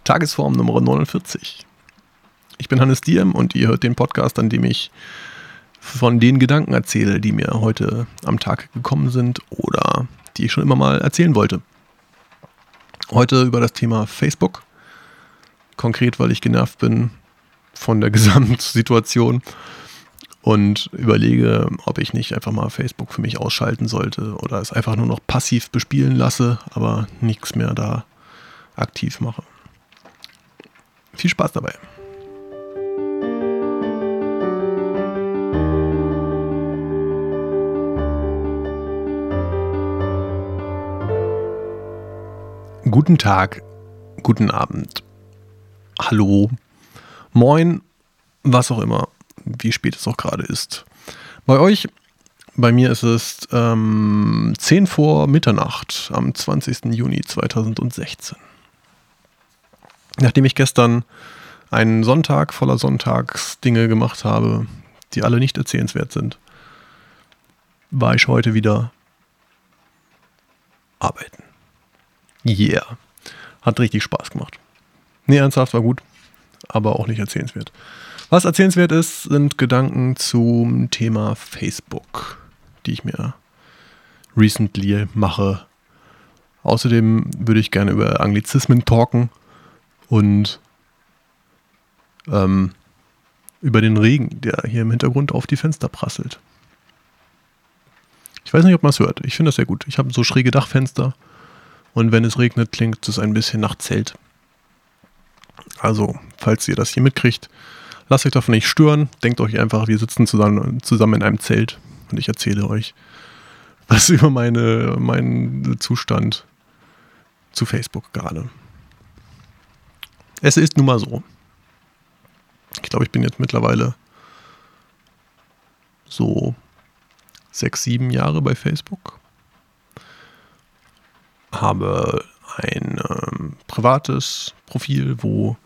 Tagesform Nummer 49. Ich bin Hannes Diem und ihr hört den Podcast, an dem ich von den Gedanken erzähle, die mir heute am Tag gekommen sind oder die ich schon immer mal erzählen wollte. Heute über das Thema Facebook. Konkret, weil ich genervt bin von der Gesamtsituation und überlege, ob ich nicht einfach mal Facebook für mich ausschalten sollte oder es einfach nur noch passiv bespielen lasse, aber nichts mehr da aktiv mache. Viel Spaß dabei. Guten Tag, guten Abend, hallo, moin, was auch immer, wie spät es auch gerade ist. Bei euch, bei mir ist es 10 vor Mitternacht am 20. Juni 2016. Nachdem ich gestern einen Sonntag voller Sonntagsdinge gemacht habe, die alle nicht erzählenswert sind, war ich heute wieder arbeiten. Yeah. Hat richtig Spaß gemacht. Nee, ernsthaft, war gut, aber auch nicht erzählenswert. Was erzählenswert ist, sind Gedanken zum Thema Facebook, die ich mir recently mache. Außerdem würde ich gerne über Anglizismen talken und über den Regen, der hier im Hintergrund auf die Fenster prasselt. Ich weiß nicht, ob man es hört. Ich finde das sehr gut. Ich habe so schräge Dachfenster. Und wenn es regnet, klingt es ein bisschen nach Zelt. Also, falls ihr das hier mitkriegt, lasst euch davon nicht stören. Denkt euch einfach, wir sitzen zusammen in einem Zelt und ich erzähle euch was über meinen Zustand zu Facebook gerade. Es ist nun mal so. Ich glaube, ich bin jetzt mittlerweile so 6, 7 Jahre bei Facebook. Habe ein privates Profil, wo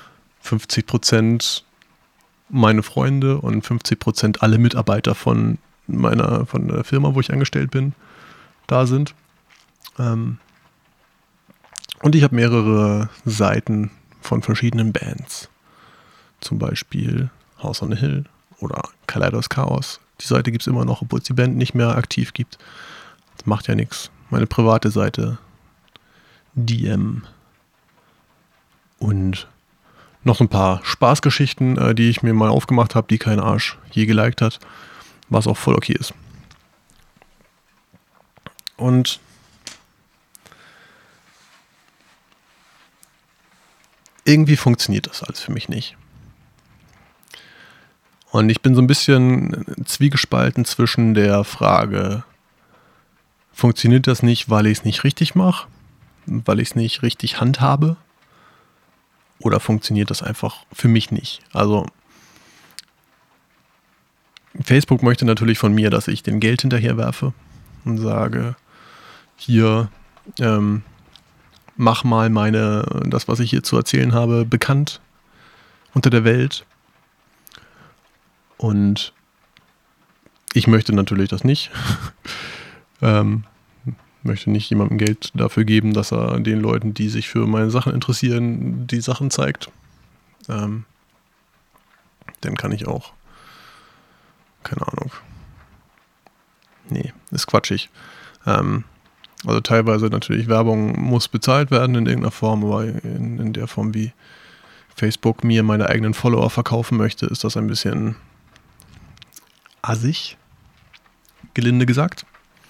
50% meine Freunde und 50% alle Mitarbeiter von der Firma, wo ich angestellt bin, da sind. Und ich habe mehrere Seiten von verschiedenen Bands. Zum Beispiel House on the Hill oder Kaleidos Chaos. Die Seite gibt es immer noch, obwohl es die Band nicht mehr aktiv gibt. Das macht ja nichts. Meine private Seite, DM und noch so ein paar Spaßgeschichten, die ich mir mal aufgemacht habe, die kein Arsch je geliked hat, was auch voll okay ist. Und irgendwie funktioniert das alles für mich nicht. Und ich bin so ein bisschen zwiegespalten zwischen der Frage, funktioniert das nicht, weil ich es nicht richtig mache, weil ich es nicht richtig handhabe, oder funktioniert das einfach für mich nicht? Also Facebook möchte natürlich von mir, dass ich dem Geld hinterherwerfe und sage, hier, mach mal das, was ich hier zu erzählen habe, bekannt unter der Welt. Und ich möchte natürlich das nicht. Möchte nicht jemandem Geld dafür geben, dass er den Leuten, die sich für meine Sachen interessieren, die Sachen zeigt. Dann kann ich auch, keine Ahnung. Nee, ist quatschig. Also teilweise natürlich, Werbung muss bezahlt werden in irgendeiner Form, aber in der Form, wie Facebook mir meine eigenen Follower verkaufen möchte, ist das ein bisschen assig, gelinde gesagt.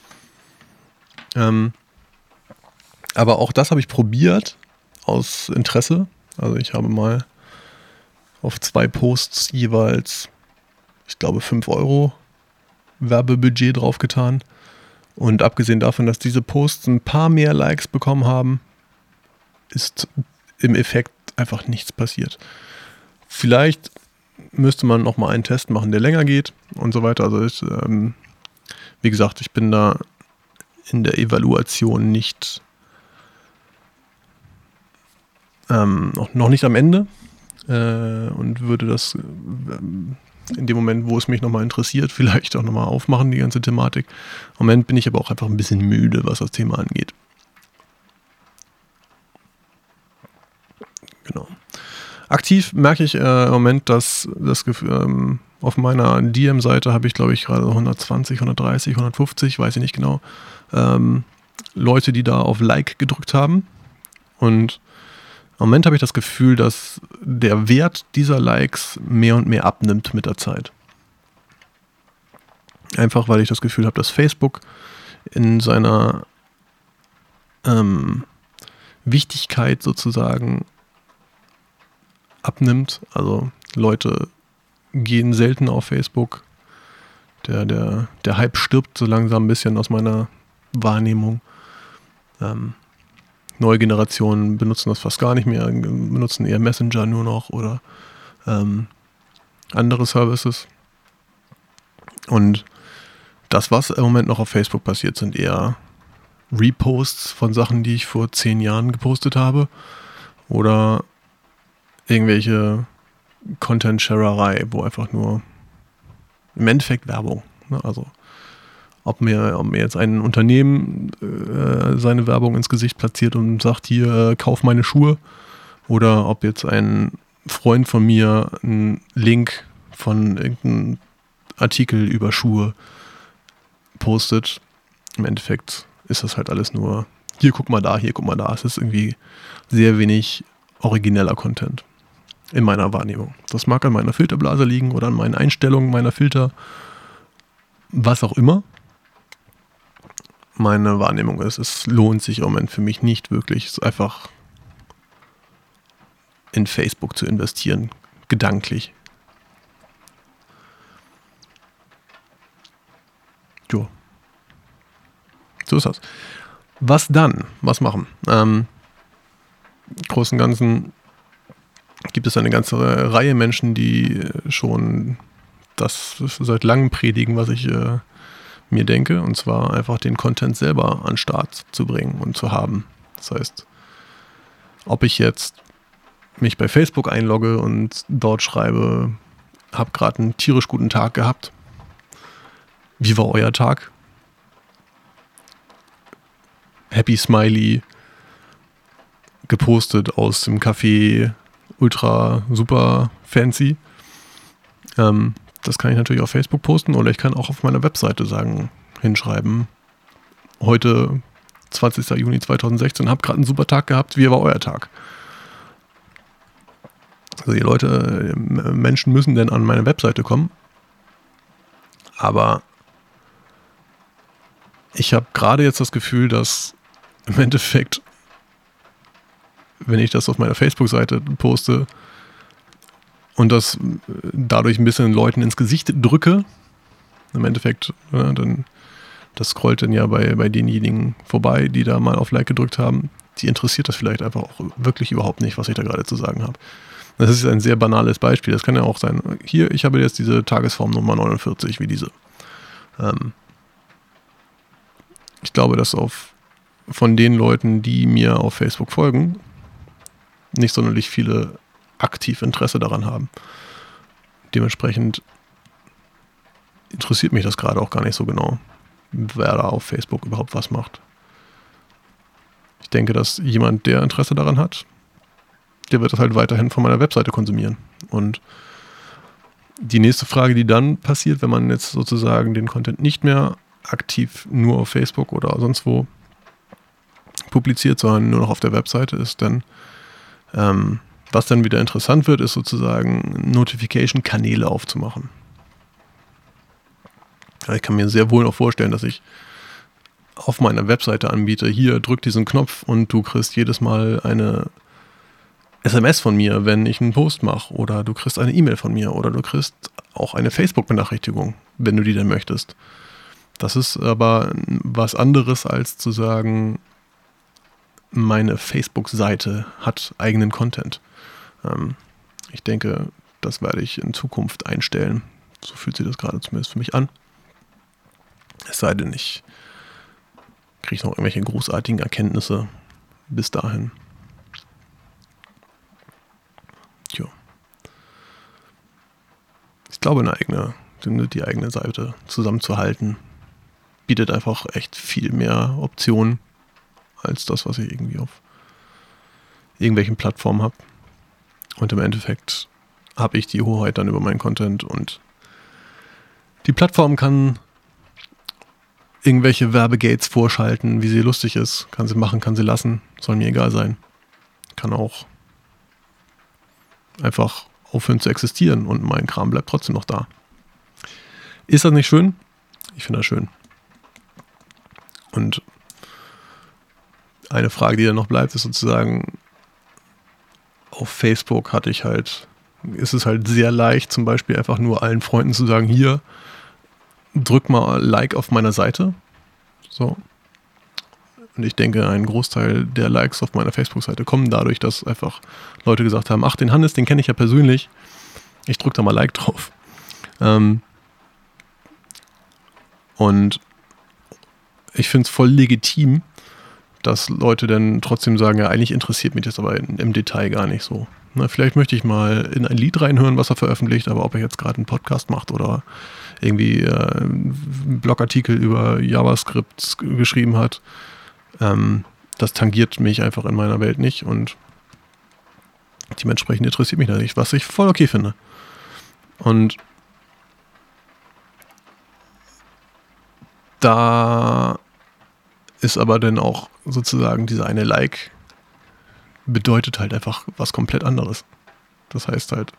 Aber auch das habe ich probiert aus Interesse. Also ich habe mal auf 2 Posts jeweils, ich glaube 5 Euro Werbebudget draufgetan. Und abgesehen davon, dass diese Posts ein paar mehr Likes bekommen haben, ist im Effekt einfach nichts passiert. Vielleicht müsste man noch mal einen Test machen, der länger geht und so weiter. Also wie gesagt, ich bin da in der Evaluation nicht noch nicht am Ende und würde das in dem Moment, wo es mich nochmal interessiert, vielleicht auch nochmal aufmachen, die ganze Thematik. Im Moment bin ich aber auch einfach ein bisschen müde, was das Thema angeht. Genau. Aktiv merke ich im Moment, dass das Gefühl, auf meiner DM-Seite habe ich, glaube ich, gerade 120, 130, 150, weiß ich nicht genau, Leute, die da auf Like gedrückt haben. Und im Moment habe ich das Gefühl, dass der Wert dieser Likes mehr und mehr abnimmt mit der Zeit. Einfach, weil ich das Gefühl habe, dass Facebook in seiner Wichtigkeit sozusagen abnimmt. Also Leute gehen selten auf Facebook. Der Hype stirbt so langsam ein bisschen aus meiner Wahrnehmung. Neue Generationen benutzen das fast gar nicht mehr, benutzen eher Messenger nur noch oder andere Services. Und das, was im Moment noch auf Facebook passiert, sind eher Reposts von Sachen, die ich vor 10 Jahren gepostet habe oder irgendwelche Content-Sharerei, wo einfach nur im Endeffekt Werbung, ne? Also ob mir jetzt ein Unternehmen seine Werbung ins Gesicht platziert und sagt, hier, kauf meine Schuhe, oder ob jetzt ein Freund von mir einen Link von irgendeinem Artikel über Schuhe postet. Im Endeffekt ist das halt alles nur, hier guck mal da, hier guck mal da. Es ist irgendwie sehr wenig origineller Content in meiner Wahrnehmung. Das mag an meiner Filterblase liegen oder an meinen Einstellungen meiner Filter, was auch immer. Meine Wahrnehmung ist, es lohnt sich im Moment für mich nicht wirklich, einfach in Facebook zu investieren, gedanklich. Jo. So ist das. Was dann? Was machen? Im Großen und Ganzen gibt es eine ganze Reihe Menschen, die schon das seit langem predigen, was ich mir denke, und zwar einfach den Content selber an den Start zu bringen und zu haben. Das heißt, ob ich jetzt mich bei Facebook einlogge und dort schreibe, habe gerade einen tierisch guten Tag gehabt. Wie war euer Tag? Happy Smiley gepostet aus dem Café, ultra super fancy. Das kann ich natürlich auf Facebook posten, oder ich kann auch auf meiner Webseite hinschreiben, heute 20. Juni 2016, hab gerade einen super Tag gehabt, wie war euer Tag? Also die Leute, Menschen müssen denn an meine Webseite kommen, aber ich habe gerade jetzt das Gefühl, dass im Endeffekt, wenn ich das auf meiner Facebook-Seite poste und das dadurch ein bisschen Leuten ins Gesicht drücke, im Endeffekt, dann das scrollt dann ja bei denjenigen vorbei, die da mal auf Like gedrückt haben, die interessiert das vielleicht einfach auch wirklich überhaupt nicht, was ich da gerade zu sagen habe. Das ist ein sehr banales Beispiel. Das kann ja auch sein, hier, ich habe jetzt diese Tagesform Nummer 49, wie diese. Ich glaube, dass von den Leuten, die mir auf Facebook folgen, nicht sonderlich viele aktiv Interesse daran haben. Dementsprechend interessiert mich das gerade auch gar nicht so genau, wer da auf Facebook überhaupt was macht. Ich denke, dass jemand, der Interesse daran hat, der wird das halt weiterhin von meiner Webseite konsumieren. Und die nächste Frage, die dann passiert, wenn man jetzt sozusagen den Content nicht mehr aktiv nur auf Facebook oder sonst wo publiziert, sondern nur noch auf der Webseite ist, dann was dann wieder interessant wird, ist sozusagen Notification-Kanäle aufzumachen. Ja, ich kann mir sehr wohl auch vorstellen, dass ich auf meiner Webseite anbiete, hier, drück diesen Knopf und du kriegst jedes Mal eine SMS von mir, wenn ich einen Post mache, oder du kriegst eine E-Mail von mir, oder du kriegst auch eine Facebook-Benachrichtigung, wenn du die denn möchtest. Das ist aber was anderes, als zu sagen, meine Facebook-Seite hat eigenen Content. Ich denke, das werde ich in Zukunft einstellen. So fühlt sich das gerade zumindest für mich an. Es sei denn, ich kriege noch irgendwelche großartigen Erkenntnisse bis dahin. Tja. Ich glaube, die eigene Seite zusammenzuhalten, bietet einfach echt viel mehr Optionen als das, was ich irgendwie auf irgendwelchen Plattformen habe. Und im Endeffekt habe ich die Hoheit dann über meinen Content und die Plattform kann irgendwelche Werbegates vorschalten, wie sie lustig ist. Kann sie machen, kann sie lassen. Soll mir egal sein. Kann auch einfach aufhören zu existieren und mein Kram bleibt trotzdem noch da. Ist das nicht schön? Ich finde das schön. Und eine Frage, die dann noch bleibt, ist sozusagen, auf Facebook ist es halt sehr leicht, zum Beispiel einfach nur allen Freunden zu sagen, hier, drück mal Like auf meiner Seite. So. Und ich denke, ein Großteil der Likes auf meiner Facebook-Seite kommen dadurch, dass einfach Leute gesagt haben, ach, den Hannes, den kenne ich ja persönlich. Ich drücke da mal Like drauf. Und ich finde es voll legitim, dass Leute dann trotzdem sagen, ja, eigentlich interessiert mich das aber im Detail gar nicht so. Na, vielleicht möchte ich mal in ein Lied reinhören, was er veröffentlicht, aber ob er jetzt gerade einen Podcast macht oder irgendwie einen Blogartikel über JavaScript geschrieben hat, das tangiert mich einfach in meiner Welt nicht und dementsprechend interessiert mich das nicht, was ich voll okay finde. Und da ist aber dann auch sozusagen dieser eine Like bedeutet halt einfach was komplett anderes. Das heißt halt,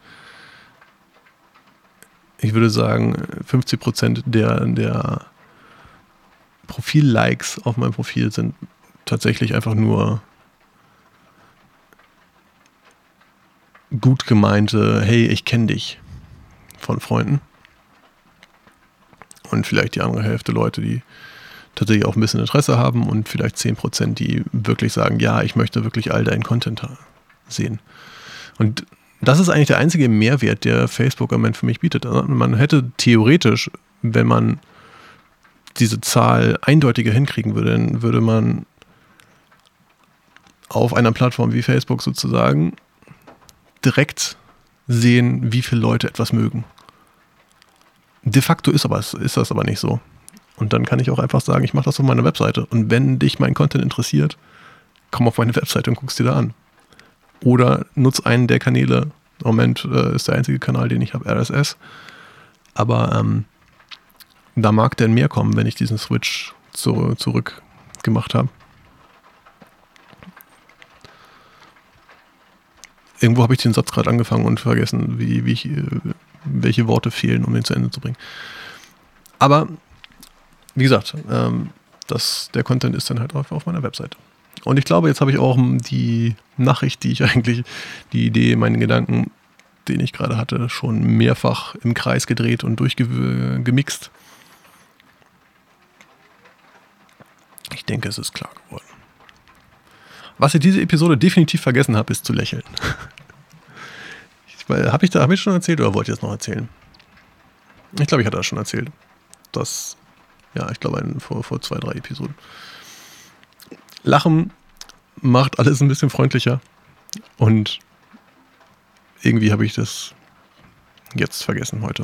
ich würde sagen, 50% der Profil-Likes auf meinem Profil sind tatsächlich einfach nur gut gemeinte, hey, ich kenne dich von Freunden. Und vielleicht die andere Hälfte Leute, die tatsächlich auch ein bisschen Interesse haben und vielleicht 10%, die wirklich sagen, ja, ich möchte wirklich all deinen Content sehen. Und das ist eigentlich der einzige Mehrwert, der Facebook im Moment für mich bietet. Also man hätte theoretisch, wenn man diese Zahl eindeutiger hinkriegen würde, dann würde man auf einer Plattform wie Facebook sozusagen direkt sehen, wie viele Leute etwas mögen. De facto ist das aber nicht so. Und dann kann ich auch einfach sagen, ich mache das auf meiner Webseite. Und wenn dich mein Content interessiert, komm auf meine Webseite und guckst dir da an. Oder nutz einen der Kanäle. Im Moment ist der einzige Kanal, den ich habe, RSS. Aber da mag denn mehr kommen, wenn ich diesen Switch zurück gemacht habe. Irgendwo habe ich den Satz gerade angefangen und vergessen, welche Worte fehlen, um den zu Ende zu bringen. Aber wie gesagt, der Content ist dann halt auf meiner Webseite. Und ich glaube, jetzt habe ich auch die Nachricht, die Idee, meine Gedanken, den ich gerade hatte, schon mehrfach im Kreis gedreht und durchgemixt. Ich denke, es ist klar geworden. Was ich diese Episode definitiv vergessen habe, ist zu lächeln. Habe ich schon erzählt oder wollte ich das noch erzählen? Ich glaube, ich hatte das schon erzählt. Ich glaube, vor 2-3 Episoden. Lachen macht alles ein bisschen freundlicher und irgendwie habe ich das jetzt vergessen heute.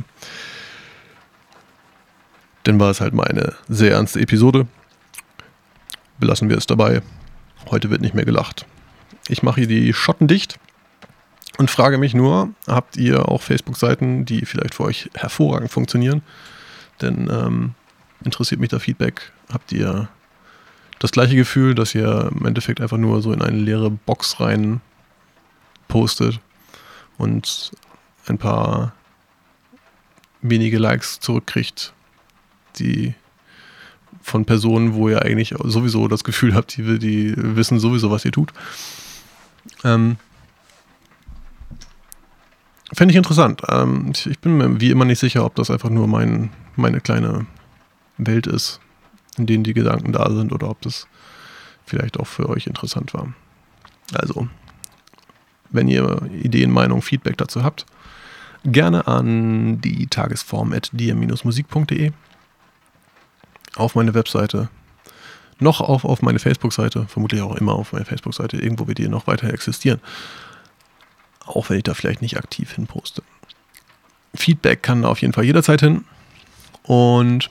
Dann war es halt mal eine sehr ernste Episode. Belassen wir es dabei. Heute wird nicht mehr gelacht. Ich mache hier die Schotten dicht und frage mich nur, habt ihr auch Facebook-Seiten, die vielleicht für euch hervorragend funktionieren? Denn interessiert mich da Feedback. Habt ihr das gleiche Gefühl, dass ihr im Endeffekt einfach nur so in eine leere Box rein postet und ein paar wenige Likes zurückkriegt, die von Personen, wo ihr eigentlich sowieso das Gefühl habt, die wissen sowieso, was ihr tut. Fände ich interessant. Ich bin mir wie immer nicht sicher, ob das einfach nur meine kleine Welt ist, in denen die Gedanken da sind, oder ob das vielleicht auch für euch interessant war. Also, wenn ihr Ideen, Meinungen, Feedback dazu habt, gerne an die tagesform@dir-musik.de, auf meine Webseite, noch auf meine Facebook-Seite, vermutlich auch immer auf meine Facebook-Seite, irgendwo wird die noch weiter existieren. Auch wenn ich da vielleicht nicht aktiv hin poste. Feedback kann da auf jeden Fall jederzeit hin. Und.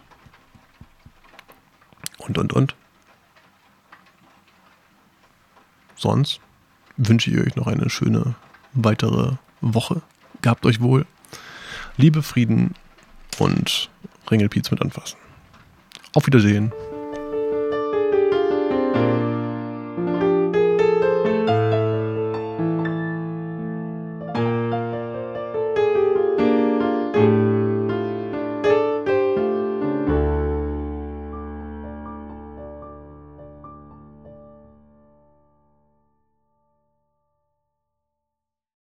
Sonst wünsche ich euch noch eine schöne weitere Woche. Gehabt euch wohl. Liebe, Frieden und Ringelpiez mit anfassen. Auf Wiedersehen.